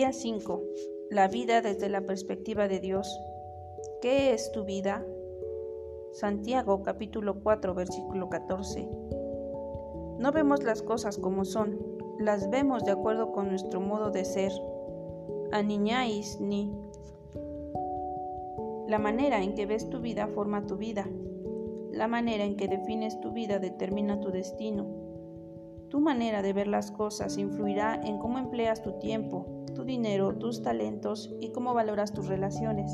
Día 5. La vida desde la perspectiva de Dios. ¿Qué es tu vida? Santiago capítulo 4 versículo 14. No vemos las cosas como son, las vemos de acuerdo con nuestro modo de ser. Aniñáis ni. La manera en que ves tu vida forma tu vida. La manera en que defines tu vida determina tu destino. Tu manera de ver las cosas influirá en cómo empleas tu tiempo, tu dinero, tus talentos y cómo valoras tus relaciones.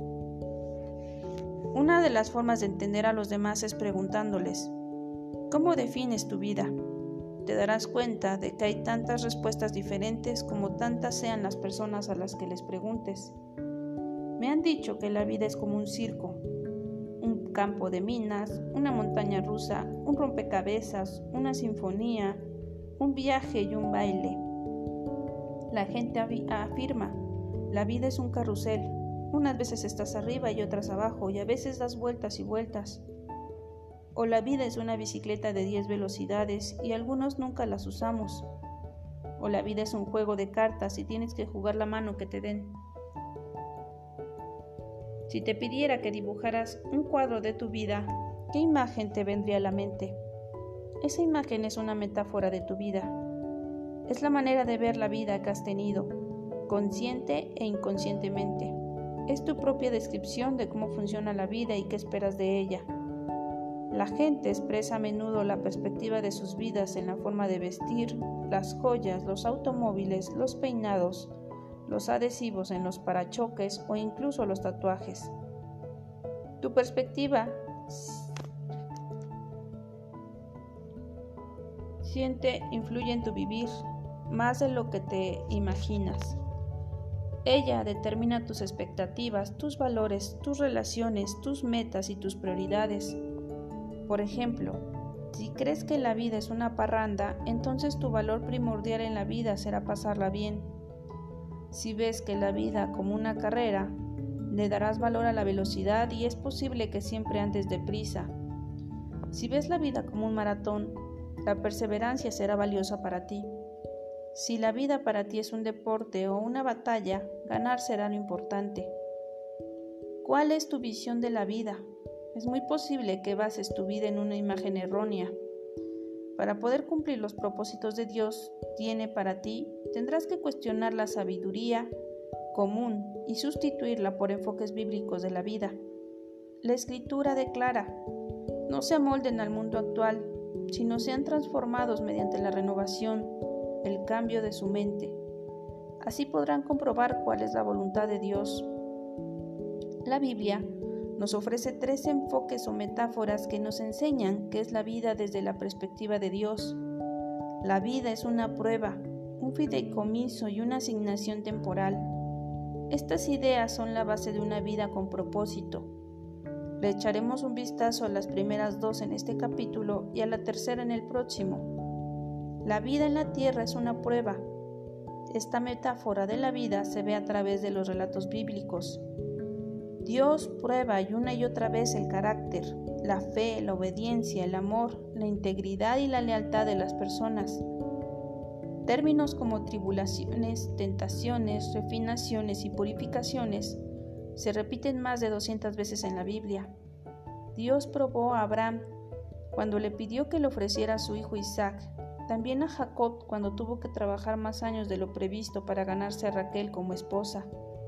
Una de las formas de entender a los demás es preguntándoles: ¿cómo defines tu vida? Te darás cuenta de que hay tantas respuestas diferentes como tantas sean las personas a las que les preguntes. Me han dicho que la vida es como un circo, un campo de minas, una montaña rusa, un rompecabezas, una sinfonía, un viaje y un baile. La gente afirma: la vida es un carrusel. Unas veces estás arriba y otras abajo, y a veces das vueltas y vueltas. O la vida es una bicicleta de 10 velocidades y algunos nunca las usamos. O la vida es un juego de cartas y tienes que jugar la mano que te den. Si te pidiera que dibujaras un cuadro de tu vida, ¿qué imagen te vendría a la mente? Esa imagen es una metáfora de tu vida. Es la manera de ver la vida que has tenido, consciente e inconscientemente. Es tu propia descripción de cómo funciona la vida y qué esperas de ella. La gente expresa a menudo la perspectiva de sus vidas en la forma de vestir, las joyas, los automóviles, los peinados, los adhesivos en los parachoques o incluso los tatuajes. Tu perspectiva influye en tu vivir más de lo que te imaginas. Ella determina tus expectativas, tus valores, tus relaciones, tus metas y tus prioridades. Por ejemplo, si crees que la vida es una parranda, entonces tu valor primordial en la vida será pasarla bien. Si ves que la vida como una carrera, le darás valor a la velocidad y es posible que siempre andes deprisa. Si ves la vida como un maratón, la perseverancia será valiosa para ti. Si la vida para ti es un deporte o una batalla, ganar será lo importante. ¿Cuál es tu visión de la vida? Es muy posible que bases tu vida en una imagen errónea. Para poder cumplir los propósitos de Dios tiene para ti, tendrás que cuestionar la sabiduría común y sustituirla por enfoques bíblicos de la vida. La Escritura declara: no se amolden al mundo actual, sino sean transformados mediante la renovación, el cambio de su mente. Así podrán comprobar cuál es la voluntad de Dios. La Biblia nos ofrece 3 enfoques o metáforas que nos enseñan qué es la vida desde la perspectiva de Dios. La vida es una prueba, un fideicomiso y una asignación temporal. Estas ideas son la base de una vida con propósito. Le echaremos un vistazo a las primeras 2 en este capítulo y a la tercera en el próximo. La vida en la tierra es una prueba. Esta metáfora de la vida se ve a través de los relatos bíblicos. Dios prueba una y otra vez el carácter, la fe, la obediencia, el amor, la integridad y la lealtad de las personas. Términos como tribulaciones, tentaciones, refinaciones y purificaciones se repiten más de 200 veces en la Biblia. Dios probó a Abraham cuando le pidió que le ofreciera a su hijo Isaac, también a Jacob cuando tuvo que trabajar más años de lo previsto para ganarse a Raquel como esposa.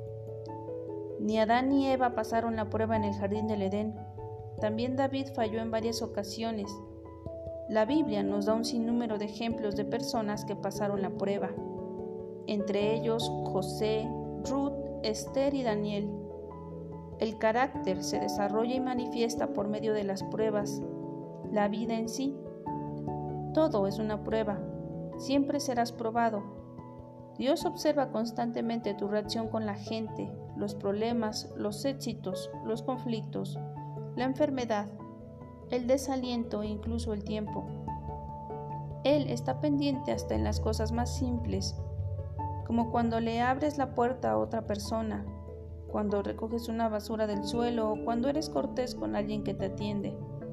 Ni Adán ni Eva pasaron la prueba en el jardín del Edén. También David falló en varias ocasiones. La Biblia nos da un sinnúmero de ejemplos de personas que pasaron la prueba, entre ellos José, Ruth, Esther y Daniel. El carácter se desarrolla y manifiesta por medio de las pruebas. La vida en sí, todo es una prueba. Siempre serás probado. Dios observa constantemente tu reacción con la gente, los problemas, los éxitos, los conflictos, la enfermedad, el desaliento e incluso el tiempo. Él está pendiente hasta en las cosas más simples, como cuando le abres la puerta a otra persona, cuando recoges una basura del suelo o cuando eres cortés con alguien que te atiende.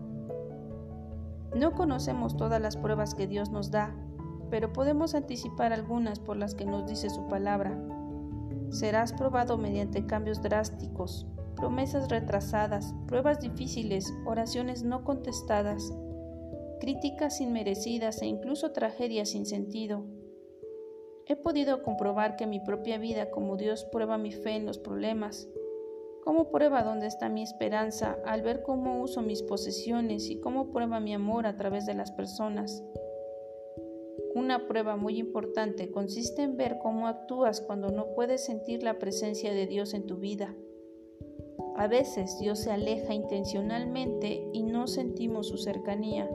No conocemos todas las pruebas que Dios nos da, pero podemos anticipar algunas por las que nos dice su palabra. Serás probado mediante cambios drásticos, promesas retrasadas, pruebas difíciles, oraciones no contestadas, críticas inmerecidas e incluso tragedias sin sentido. He podido comprobar que mi propia vida, como Dios prueba mi fe en los problemas, cómo prueba dónde está mi esperanza al ver cómo uso mis posesiones y cómo prueba mi amor a través de las personas. Una prueba muy importante consiste en ver cómo actúas cuando no puedes sentir la presencia de Dios en tu vida. A veces Dios se aleja intencionalmente y no sentimos su cercanía.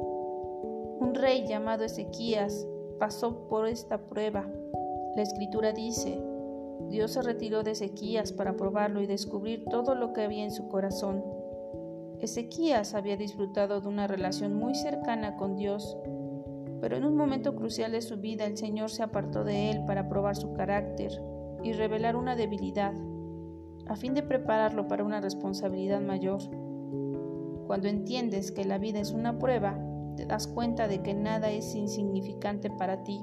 Un rey llamado Ezequías pasó por esta prueba. La Escritura dice: Dios se retiró de Ezequías para probarlo y descubrir todo lo que había en su corazón. Ezequías había disfrutado de una relación muy cercana con Dios, pero en un momento crucial de su vida el Señor se apartó de él para probar su carácter y revelar una debilidad, a fin de prepararlo para una responsabilidad mayor. Cuando entiendes que la vida es una prueba, te das cuenta de que nada es insignificante para ti.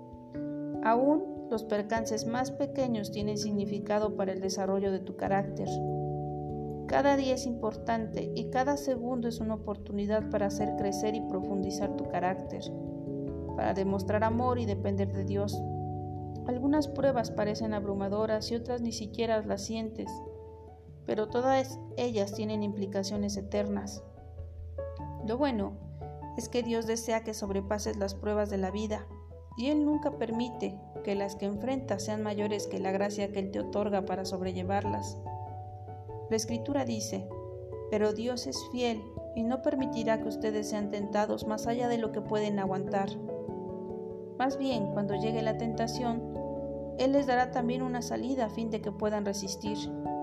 Aún los percances más pequeños tienen significado para el desarrollo de tu carácter. Cada día es importante y cada segundo es una oportunidad para hacer crecer y profundizar tu carácter, para demostrar amor y depender de Dios. Algunas pruebas parecen abrumadoras y otras ni siquiera las sientes, pero todas ellas tienen implicaciones eternas. Lo bueno es que Dios desea que sobrepases las pruebas de la vida, y Él nunca permite que las que enfrentas sean mayores que la gracia que Él te otorga para sobrellevarlas. La Escritura dice: pero Dios es fiel y no permitirá que ustedes sean tentados más allá de lo que pueden aguantar. Más bien, cuando llegue la tentación, Él les dará también una salida a fin de que puedan resistir.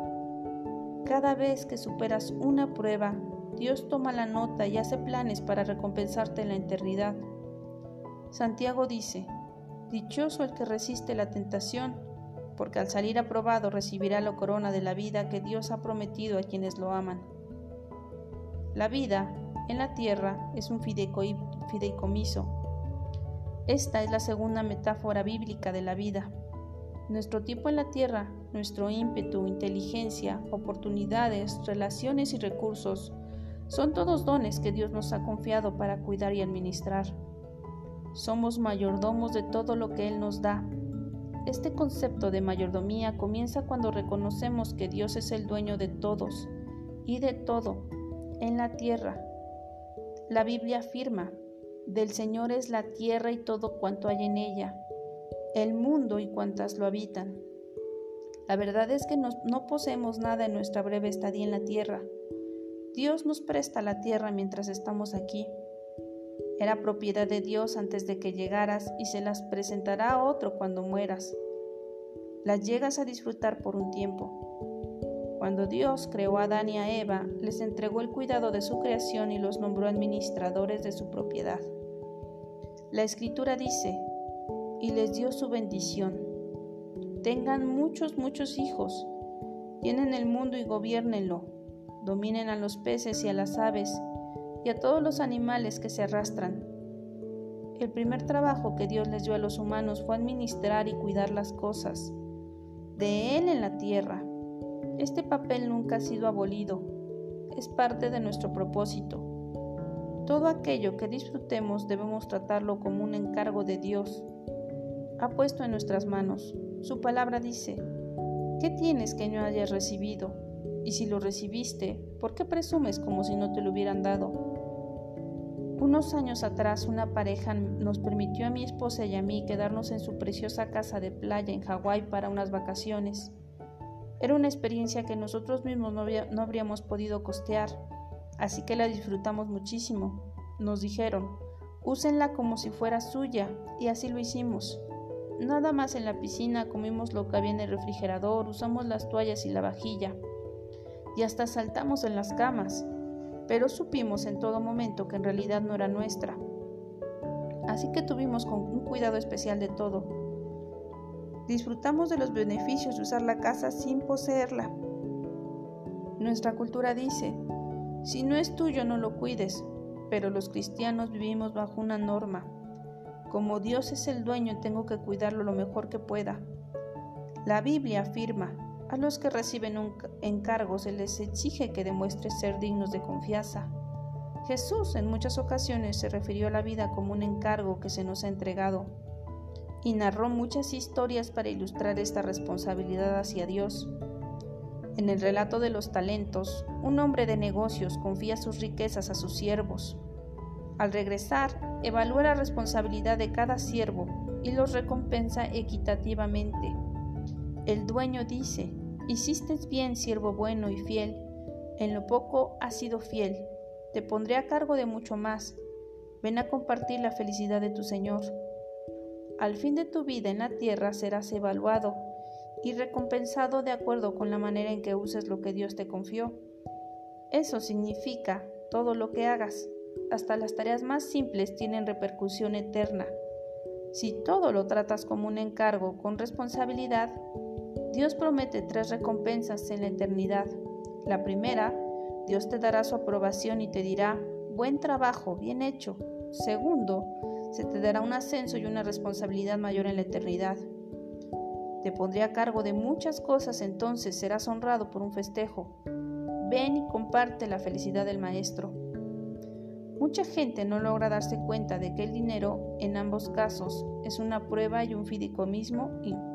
Cada vez que superas una prueba, Dios toma la nota y hace planes para recompensarte en la eternidad. Santiago dice: dichoso el que resiste la tentación, porque al salir aprobado recibirá la corona de la vida que Dios ha prometido a quienes lo aman. La vida en la tierra es un fideicomiso. Esta es la segunda metáfora bíblica de la vida. Nuestro tiempo en la tierra, nuestro ímpetu, inteligencia, oportunidades, relaciones y recursos son todos dones que Dios nos ha confiado para cuidar y administrar. Somos mayordomos de todo lo que Él nos da. Este concepto de mayordomía comienza cuando reconocemos que Dios es el dueño de todos y de todo en la tierra. La Biblia afirma: del Señor es la tierra y todo cuanto hay en ella, el mundo y cuantas lo habitan. La verdad es que no poseemos nada en nuestra breve estadía en la tierra. Dios nos presta la tierra mientras estamos aquí. Era propiedad de Dios antes de que llegaras y se las presentará a otro cuando mueras. Las llegas a disfrutar por un tiempo. Cuando Dios creó a Adán y a Eva, les entregó el cuidado de su creación y los nombró administradores de su propiedad. La Escritura dice: y les dio su bendición. Tengan muchos hijos, llenen el mundo y gobiérnenlo, dominen a los peces y a las aves y a todos los animales que se arrastran. El primer trabajo que Dios les dio a los humanos fue administrar y cuidar las cosas de Él en la tierra. Este papel nunca ha sido abolido, es parte de nuestro propósito. Todo aquello que disfrutemos debemos tratarlo como un encargo de Dios. Ha puesto en nuestras manos. Su palabra dice: ¿qué tienes que no hayas recibido? Y si lo recibiste, ¿por qué presumes como si no te lo hubieran dado? Unos años atrás, una pareja nos permitió a mi esposa y a mí quedarnos en su preciosa casa de playa en Hawái para unas vacaciones. Era una experiencia que nosotros mismos no habríamos podido costear, así que la disfrutamos muchísimo. Nos dijeron: úsenla como si fuera suya, y así lo hicimos. Nada más en la piscina, comimos lo que había en el refrigerador, usamos las toallas y la vajilla, y hasta saltamos en las camas, pero supimos en todo momento que en realidad no era nuestra. Así que tuvimos un cuidado especial de todo. Disfrutamos de los beneficios de usar la casa sin poseerla. Nuestra cultura dice: si no es tuyo, no lo cuides, pero los cristianos vivimos bajo una norma. Como Dios es el dueño, tengo que cuidarlo lo mejor que pueda. La Biblia afirma: a los que reciben un encargo se les exige que demuestren ser dignos de confianza. Jesús en muchas ocasiones se refirió a la vida como un encargo que se nos ha entregado y narró muchas historias para ilustrar esta responsabilidad hacia Dios. En el relato de los talentos, un hombre de negocios confía sus riquezas a sus siervos. Al regresar, evalúa la responsabilidad de cada siervo y los recompensa equitativamente. El dueño dice: hiciste bien, siervo bueno y fiel. En lo poco has sido fiel. Te pondré a cargo de mucho más. Ven a compartir la felicidad de tu Señor. Al fin de tu vida en la tierra serás evaluado y recompensado de acuerdo con la manera en que uses lo que Dios te confió. Eso significa todo lo que hagas, hasta las tareas más simples, tienen repercusión eterna. Si todo lo tratas como un encargo con responsabilidad, Dios promete 3 recompensas en la eternidad. La primera, Dios te dará su aprobación y te dirá: buen trabajo, bien hecho. Segundo, se te dará un ascenso y una responsabilidad mayor en la eternidad. Te pondré a cargo de muchas cosas, entonces serás honrado por un festejo. Ven y comparte la felicidad del Maestro. Mucha gente no logra darse cuenta de que el dinero, en ambos casos, es una prueba y un fideicomiso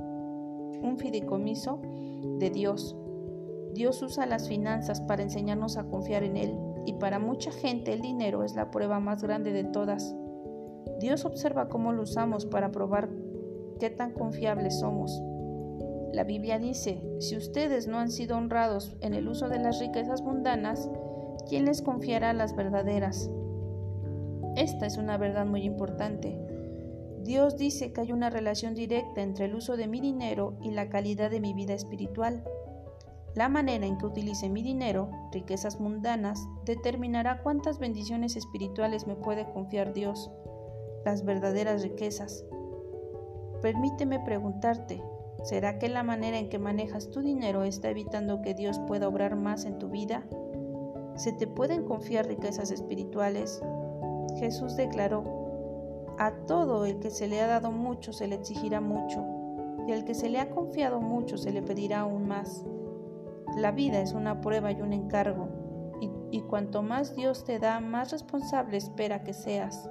de Dios. Dios usa las finanzas para enseñarnos a confiar en Él, y para mucha gente el dinero es la prueba más grande de todas. Dios observa cómo lo usamos para probar qué tan confiables somos. La Biblia dice: si ustedes no han sido honrados en el uso de las riquezas mundanas, ¿quién les confiará las verdaderas? Esta es una verdad muy importante. Dios dice que hay una relación directa entre el uso de mi dinero y la calidad de mi vida espiritual. La manera en que utilice mi dinero, riquezas mundanas, determinará cuántas bendiciones espirituales me puede confiar Dios, las verdaderas riquezas. Permíteme preguntarte: ¿será que la manera en que manejas tu dinero está evitando que Dios pueda obrar más en tu vida? ¿Se te pueden confiar riquezas espirituales? Jesús declaró: a todo el que se le ha dado mucho se le exigirá mucho, y al que se le ha confiado mucho se le pedirá aún más. La vida es una prueba y un encargo, y cuanto más Dios te da, más responsable espera que seas.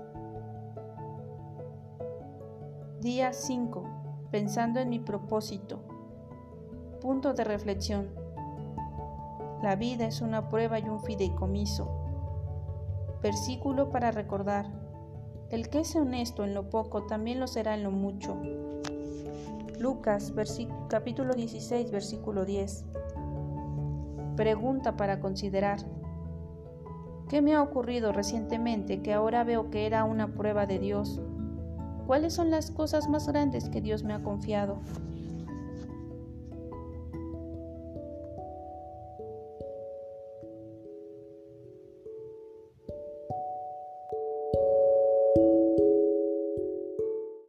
Día 5. Pensando en mi propósito. Punto de reflexión. La vida es una prueba y un fideicomiso. Versículo para recordar: el que es honesto en lo poco también lo será en lo mucho. Lucas capítulo 16, versículo 10. Pregunta para considerar: ¿qué me ha ocurrido recientemente que ahora veo que era una prueba de Dios? ¿Cuáles son las cosas más grandes que Dios me ha confiado?